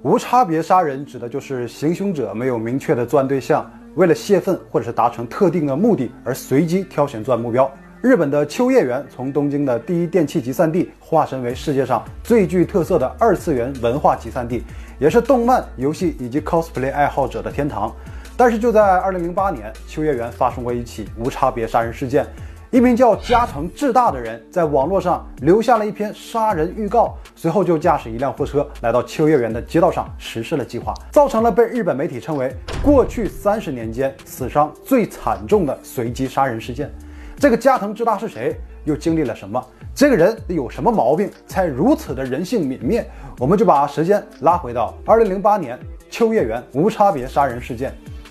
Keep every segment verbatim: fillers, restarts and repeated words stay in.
无差别杀人指的就是行凶者没有明确的作案对象，为了泄愤或者是达成特定的目的而随机挑选作案目标。日本的秋叶原从东京的第一电器集散地化身为世界上最具特色的二次元文化集散地，也是动漫、游戏以及 cosplay 爱好者的天堂。但是就在二零零八年，秋叶原发生过一起无差别杀人事件。一名叫加藤智大的人在网络上留下了一篇杀人预告，随后就驾驶一辆货车来到秋叶原的街道上实施了计划，造成了被日本媒体称为过去三十年间死伤最惨重的随机杀人事件。这个加藤智大是谁？又经历了什么？这个人有什么毛病才如此的人性泯灭？我们就把时间拉回到二零零八年秋叶原无差别杀人事件。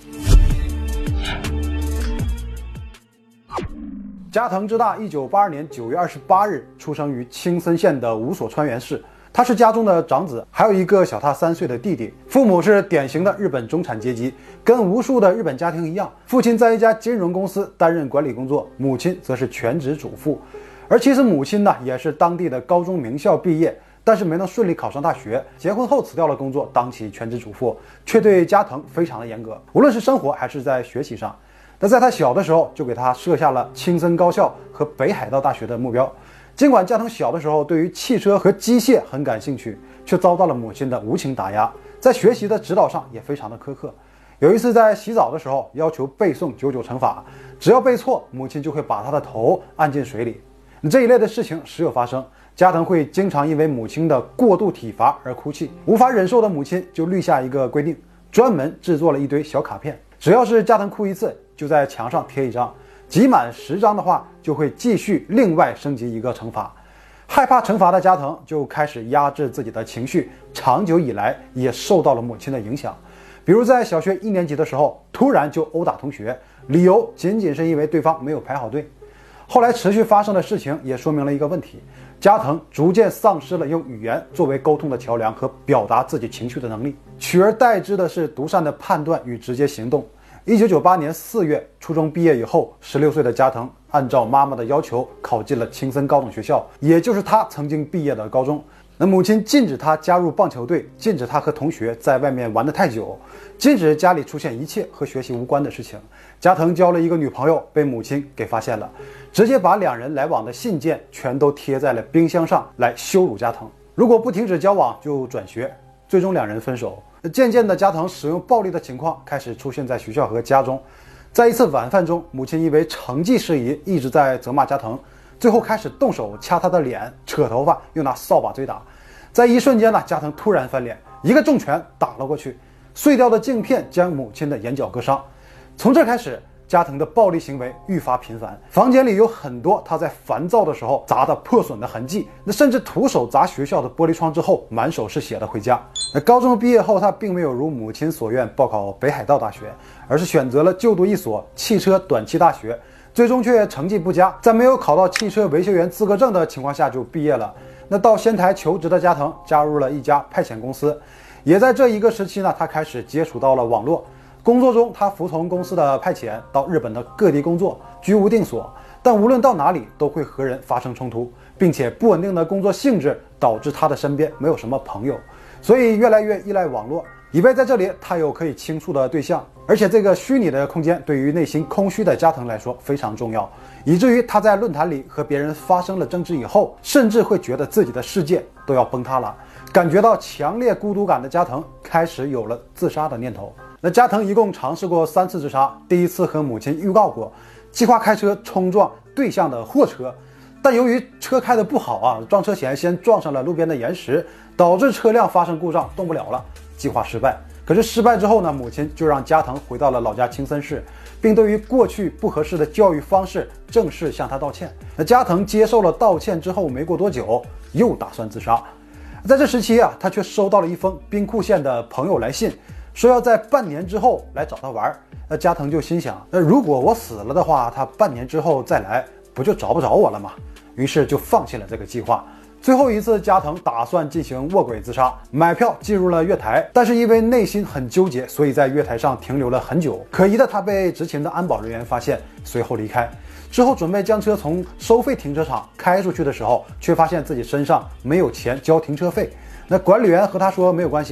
加藤智大一九八二年九月二十八日出生于青森县的五所川原市，他是家中的长子，还有一个小他三岁的弟弟。父母是典型的日本中产阶级，跟无数的日本家庭一样，父亲在一家金融公司担任管理工作，母亲则是全职主妇。而其实母亲呢，也是当地的高中名校毕业，但是没能顺利考上大学。结婚后辞掉了工作，当起全职主妇，却对加藤非常的严格，无论是生活还是在学习上。那在他小的时候就给他设下了青森高校和北海道大学的目标。尽管加藤小的时候对于汽车和机械很感兴趣，却遭到了母亲的无情打压，在学习的指导上也非常的苛刻。有一次在洗澡的时候要求背诵九九乘法，只要背错，母亲就会把他的头按进水里。这一类的事情时有发生，加藤会经常因为母亲的过度体罚而哭泣，无法忍受的母亲就立下一个规定，专门制作了一堆小卡片，只要是加藤哭一次，就在墙上贴一张，集满十张的话，就会继续另外升级一个惩罚。害怕惩罚的加藤就开始压制自己的情绪，长久以来也受到了母亲的影响。比如在小学一年级的时候，突然就殴打同学，理由仅仅是因为对方没有排好队。后来持续发生的事情也说明了一个问题，加藤逐渐丧失了用语言作为沟通的桥梁和表达自己情绪的能力，取而代之的是独善的判断与直接行动。一九九八年四月，初中毕业以后，十六岁的加藤按照妈妈的要求考进了青森高等学校，也就是他曾经毕业的高中。那母亲禁止他加入棒球队，禁止他和同学在外面玩得太久，禁止家里出现一切和学习无关的事情。加藤交了一个女朋友，被母亲给发现了，直接把两人来往的信件全都贴在了冰箱上来羞辱加藤。如果不停止交往就转学，最终两人分手。渐渐的，加藤使用暴力的情况开始出现在学校和家中。在一次晚饭中，母亲因为成绩事宜一直在责骂加藤，最后开始动手掐他的脸、扯头发，又拿扫把追打。在一瞬间呢，加藤突然翻脸，一个重拳打了过去，碎掉的镜片将母亲的眼角割伤。从这开始，加藤的暴力行为愈发频繁，房间里有很多他在烦躁的时候砸的破损的痕迹，那甚至徒手砸学校的玻璃窗之后，满手是血的回家。那高中毕业后，他并没有如母亲所愿报考北海道大学，而是选择了就读一所汽车短期大学，最终却成绩不佳，在没有考到汽车维修员资格证的情况下就毕业了。那到仙台求职的加藤加入了一家派遣公司，也在这一个时期呢，他开始接触到了网络。工作中，他服从公司的派遣，到日本的各地工作，居无定所。但无论到哪里，都会和人发生冲突，并且不稳定的工作性质导致他的身边没有什么朋友，所以越来越依赖网络，以为在这里他有可以倾诉的对象。而且这个虚拟的空间对于内心空虚的加藤来说非常重要，以至于他在论坛里和别人发生了争执以后，甚至会觉得自己的世界都要崩塌了。感觉到强烈孤独感的加藤开始有了自杀的念头。那加藤一共尝试过三次自杀，第一次和母亲预告过，计划开车冲撞对向的货车，但由于车开得不好啊，撞车前先撞上了路边的岩石，导致车辆发生故障，动不了了，计划失败。可是失败之后呢，母亲就让加藤回到了老家青森市，并对于过去不合适的教育方式正式向他道歉。那加藤接受了道歉之后，没过多久又打算自杀。在这时期啊，他却收到了一封兵库县的朋友来信，说要在半年之后来找他玩。那加藤就心想，那如果我死了的话，他半年之后再来，不就找不着我了吗？于是就放弃了这个计划。最后一次，加藤打算进行卧轨自杀，买票进入了月台，但是因为内心很纠结，所以在月台上停留了很久。可疑的他被执勤的安保人员发现，随后离开。之后准备将车从收费停车场开出去的时候，却发现自己身上没有钱交停车费。那管理员和他说没有关系，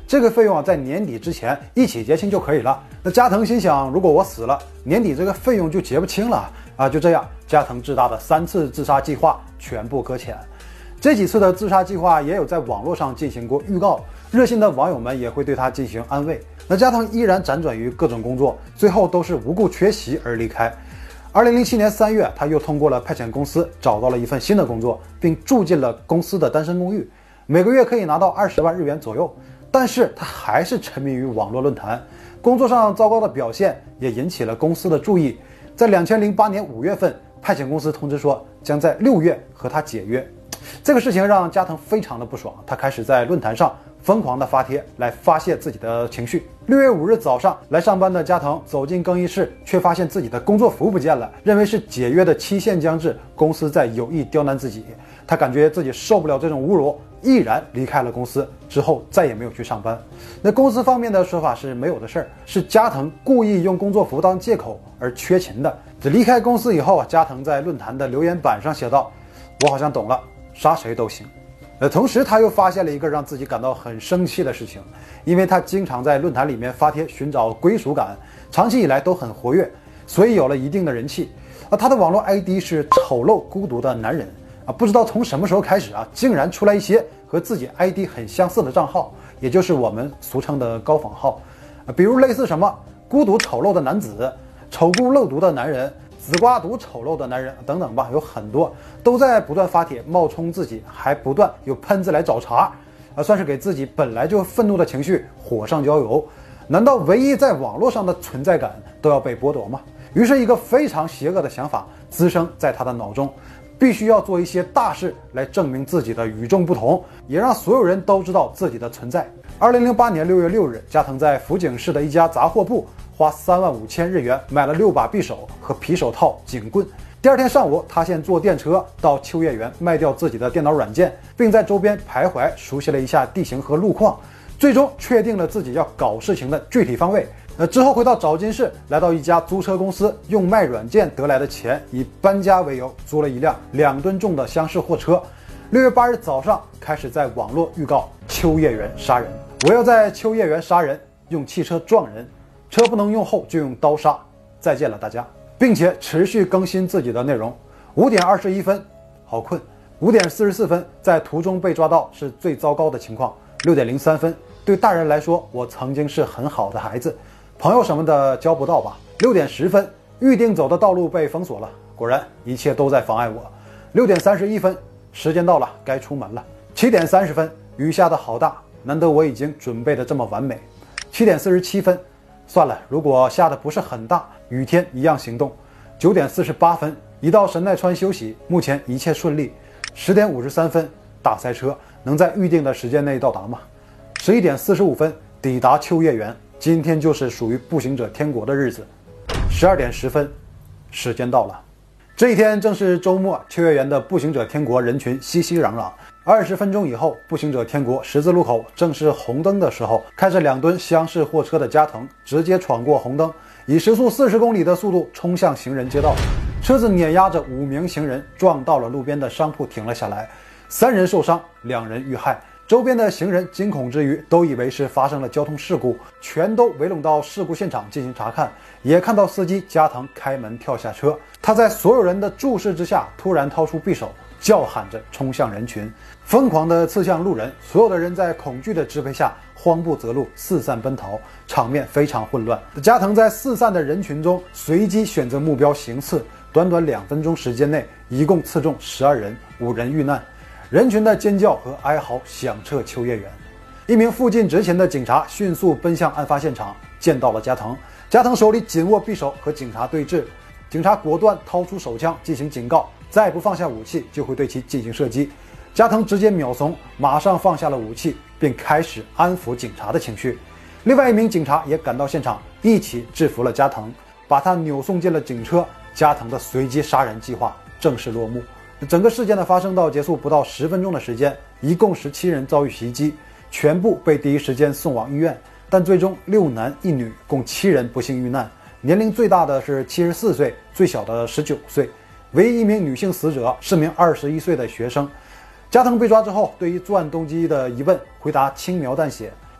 这个费用啊，在年底之前一起结清就可以了。那加藤心想，如果我死了，年底这个费用就结不清了啊！就这样，加藤智大的三次自杀计划全部搁浅。这几次的自杀计划也有在网络上进行过预告，热心的网友们也会对他进行安慰。那加藤依然辗转于各种工作，最后都是无故缺席而离开。二零零七年三月，他又通过了派遣公司找到了一份新的工作，并住进了公司的单身公寓，每个月可以拿到二十万日元左右。但是他还是沉迷于网络论坛，工作上糟糕的表现也引起了公司的注意。在两千零八年五月份，派遣公司通知说将在六月和他解约。这个事情让加藤非常的不爽，他开始在论坛上疯狂的发帖来发泄自己的情绪。六月五日早上来上班的加藤走进更衣室，却发现自己的工作服不见了，认为是解约的期限将至，公司在有意刁难自己。他感觉自己受不了这种侮辱，毅然离开了公司，之后再也没有去上班。那公司方面的说法是没有的事儿，是加藤故意用工作服当借口而缺勤的。这离开公司以后啊，加藤在论坛的留言板上写道：“我好像懂了，杀谁都行。”呃，同时他又发现了一个让自己感到很生气的事情，因为他经常在论坛里面发帖寻找归属感，长期以来都很活跃，所以有了一定的人气。啊，他的网络 I D 是丑陋孤独的男人啊，不知道从什么时候开始啊，竟然出来一些和自己 I D 很相似的账号，也就是我们俗称的高仿号啊，比如类似什么孤独丑陋的男子、丑孤陋毒的男人、紫瓜毒丑陋的男人等等吧，有很多都在不断发帖冒充自己，还不断有喷子来找茬，啊，算是给自己本来就愤怒的情绪火上浇油。难道唯一在网络上的存在感都要被剥夺吗？于是，一个非常邪恶的想法滋生在他的脑中，必须要做一些大事来证明自己的与众不同，也让所有人都知道自己的存在。二零零八年六月六日，加藤在福井市的一家杂货铺花三万五千日元买了六把匕首和皮手套、警棍。第二天上午，他先坐电车到秋叶原卖掉自己的电脑软件，并在周边徘徊，熟悉了一下地形和路况，最终确定了自己要搞事情的具体方位。呃，之后回到沼津市，来到一家租车公司，用卖软件得来的钱以搬家为由，租了一辆两吨重的厢式货车。六月八日早上开始在网络预告秋叶原杀人，我要在秋叶原杀人，用汽车撞人，车不能用后就用刀杀。再见了大家，并且持续更新自己的内容。五点二十一分，好困。五点四十四分，在途中被抓到是最糟糕的情况。六点零三分，对大人来说，我曾经是很好的孩子，朋友什么的交不到吧。六点十分，预定走的道路被封锁了，果然一切都在妨碍我。六点三十一分，时间到了，该出门了。七点三十分，雨下的好大，难得我已经准备的这么完美。七点四十七分，算了，如果下的不是很大，雨天一样行动。九点四十八分，一到神奈川休息，目前一切顺利。十点五十三分，大塞车，能在预定的时间内到达吗？十一点四十五分，抵达秋叶原，今天就是属于步行者天国的日子。十二点十分，时间到了。这一天正是周末，秋叶原的步行者天国人群熙熙攘攘。二十分钟以后，步行者天国十字路口正是红灯的时候，开着两吨厢式货车的加藤直接闯过红灯，以时速四十公里的速度冲向行人街道，车子碾压着五名行人，撞到了路边的商铺，停了下来，三人受伤，两人遇害。周边的行人惊恐之余，都以为是发生了交通事故，全都围拢到事故现场进行查看。也看到司机加藤开门跳下车，他在所有人的注视之下，突然掏出匕首，叫喊着冲向人群，疯狂地刺向路人。所有的人在恐惧的支配下，慌不择路，四散奔逃，场面非常混乱。加藤在四散的人群中随机选择目标行刺，短短两分钟时间内，一共刺中十二人，五人遇难。人群的尖叫和哀嚎响彻秋叶原。一名附近执勤的警察迅速奔向案发现场，见到了加藤。加藤手里紧握匕首和警察对峙，警察果断掏出手枪进行警告，再不放下武器就会对其进行射击。加藤直接秒怂，马上放下了武器，并开始安抚警察的情绪。另外一名警察也赶到现场，一起制服了加藤，把他扭送进了警车。加藤的随机杀人计划正式落幕。整个事件的发生到结束不到十分钟的时间，一共十七人遭遇袭击，全部被第一时间送往医院，但最终六男一女共七人不幸遇难，年龄最大的是七十四岁，最小的十九岁，唯一一名女性死者是名二十一岁的学生。加藤被抓之后，对于作案动机的疑问回答轻描淡写，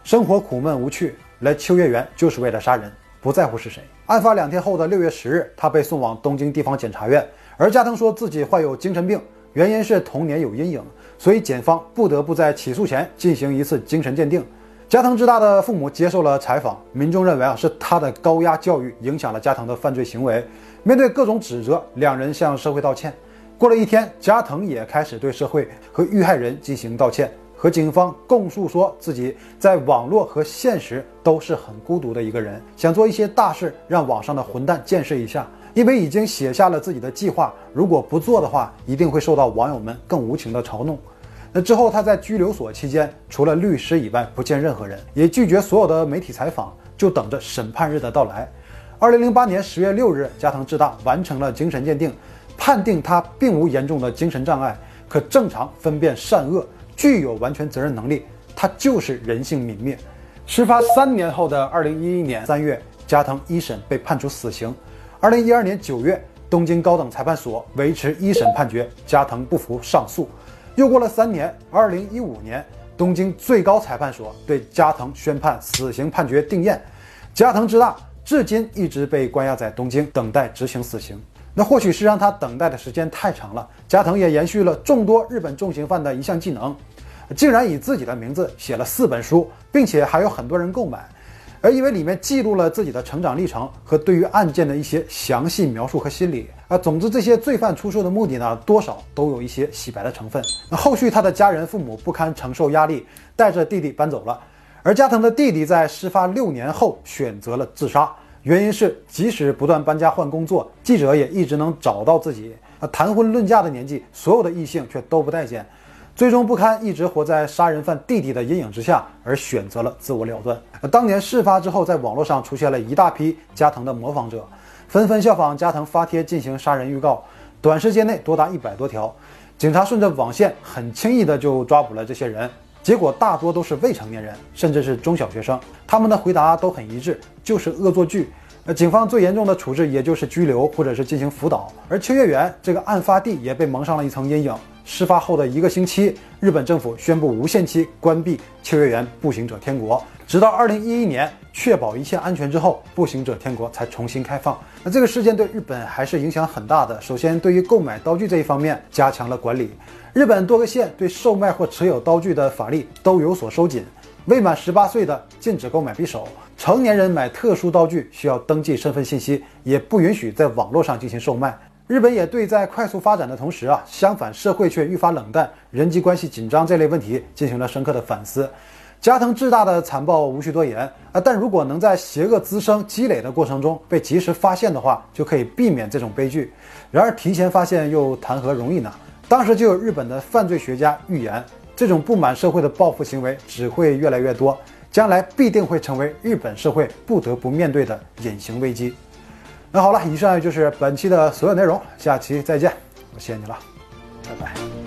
生活苦闷无趣，来秋叶原就是为了杀人，不在乎是谁。案发两天后的六月十日，他被送往东京地方检察院，而加藤说自己患有精神病，原因是童年有阴影，所以检方不得不在起诉前进行一次精神鉴定。加藤之大的父母接受了采访，民众认为啊是他的高压教育影响了加藤的犯罪行为。面对各种指责，两人向社会道歉。过了一天，加藤也开始对社会和遇害人进行道歉，和警方供述说自己在网络和现实都是很孤独的一个人，想做一些大事，让网上的混蛋见识一下。因为已经写下了自己的计划，如果不做的话，一定会受到网友们更无情的嘲弄。那之后，他在拘留所期间，除了律师以外，不见任何人，也拒绝所有的媒体采访，就等着审判日的到来。二零零八年十月六日，加藤智大完成了精神鉴定，判定他并无严重的精神障碍，可正常分辨善恶，具有完全责任能力，他就是人性泯灭。事发三年后的二零一一年三月，加藤一审被判处死刑。二零一二年九月，东京高等裁判所维持一审判决，加藤不服上诉。又过了三年，二零一五年，东京最高裁判所对加藤宣判死刑判决定验。加藤之大至今一直被关押在东京，等待执行死刑。那或许是让他等待的时间太长了，加藤也延续了众多日本重刑犯的一项技能，竟然以自己的名字写了四本书，并且还有很多人购买。而因为里面记录了自己的成长历程和对于案件的一些详细描述和心理啊，总之这些罪犯出售的目的呢，多少都有一些洗白的成分。那后续他的家人父母不堪承受压力，带着弟弟搬走了。而加藤的弟弟在事发六年后选择了自杀，原因是即使不断搬家换工作，记者也一直能找到自己啊，谈婚论嫁的年纪，所有的异性却都不待见。最终不堪一直活在杀人犯弟弟的阴影之下，而选择了自我了断。当年事发之后，在网络上出现了一大批加藤的模仿者，纷纷效仿加藤发帖进行杀人预告，短时间内多达一百多条。警察顺着网线很轻易的就抓捕了这些人，结果大多都是未成年人，甚至是中小学生。他们的回答都很一致，就是恶作剧。呃，警方最严重的处置也就是拘留或者是进行辅导。而秋叶原这个案发地也被蒙上了一层阴影。事发后的一个星期，日本政府宣布无限期关闭秋叶原步行者天国，直到二零一一年确保一切安全之后，步行者天国才重新开放。那这个事件对日本还是影响很大的。首先，对于购买刀具这一方面加强了管理，日本多个县对售卖或持有刀具的法律都有所收紧。未满十八岁的禁止购买匕首，成年人买特殊刀具需要登记身份信息，也不允许在网络上进行售卖。日本也对在快速发展的同时啊，相反社会却愈发冷淡、人际关系紧张这类问题进行了深刻的反思。加藤智大的残暴无需多言啊，但如果能在邪恶滋生积累的过程中被及时发现的话，就可以避免这种悲剧。然而提前发现又谈何容易呢？当时就有日本的犯罪学家预言，这种不满社会的报复行为只会越来越多，将来必定会成为日本社会不得不面对的隐形危机。那好了，以上就是本期的所有内容，下期再见，我谢谢你了，拜拜。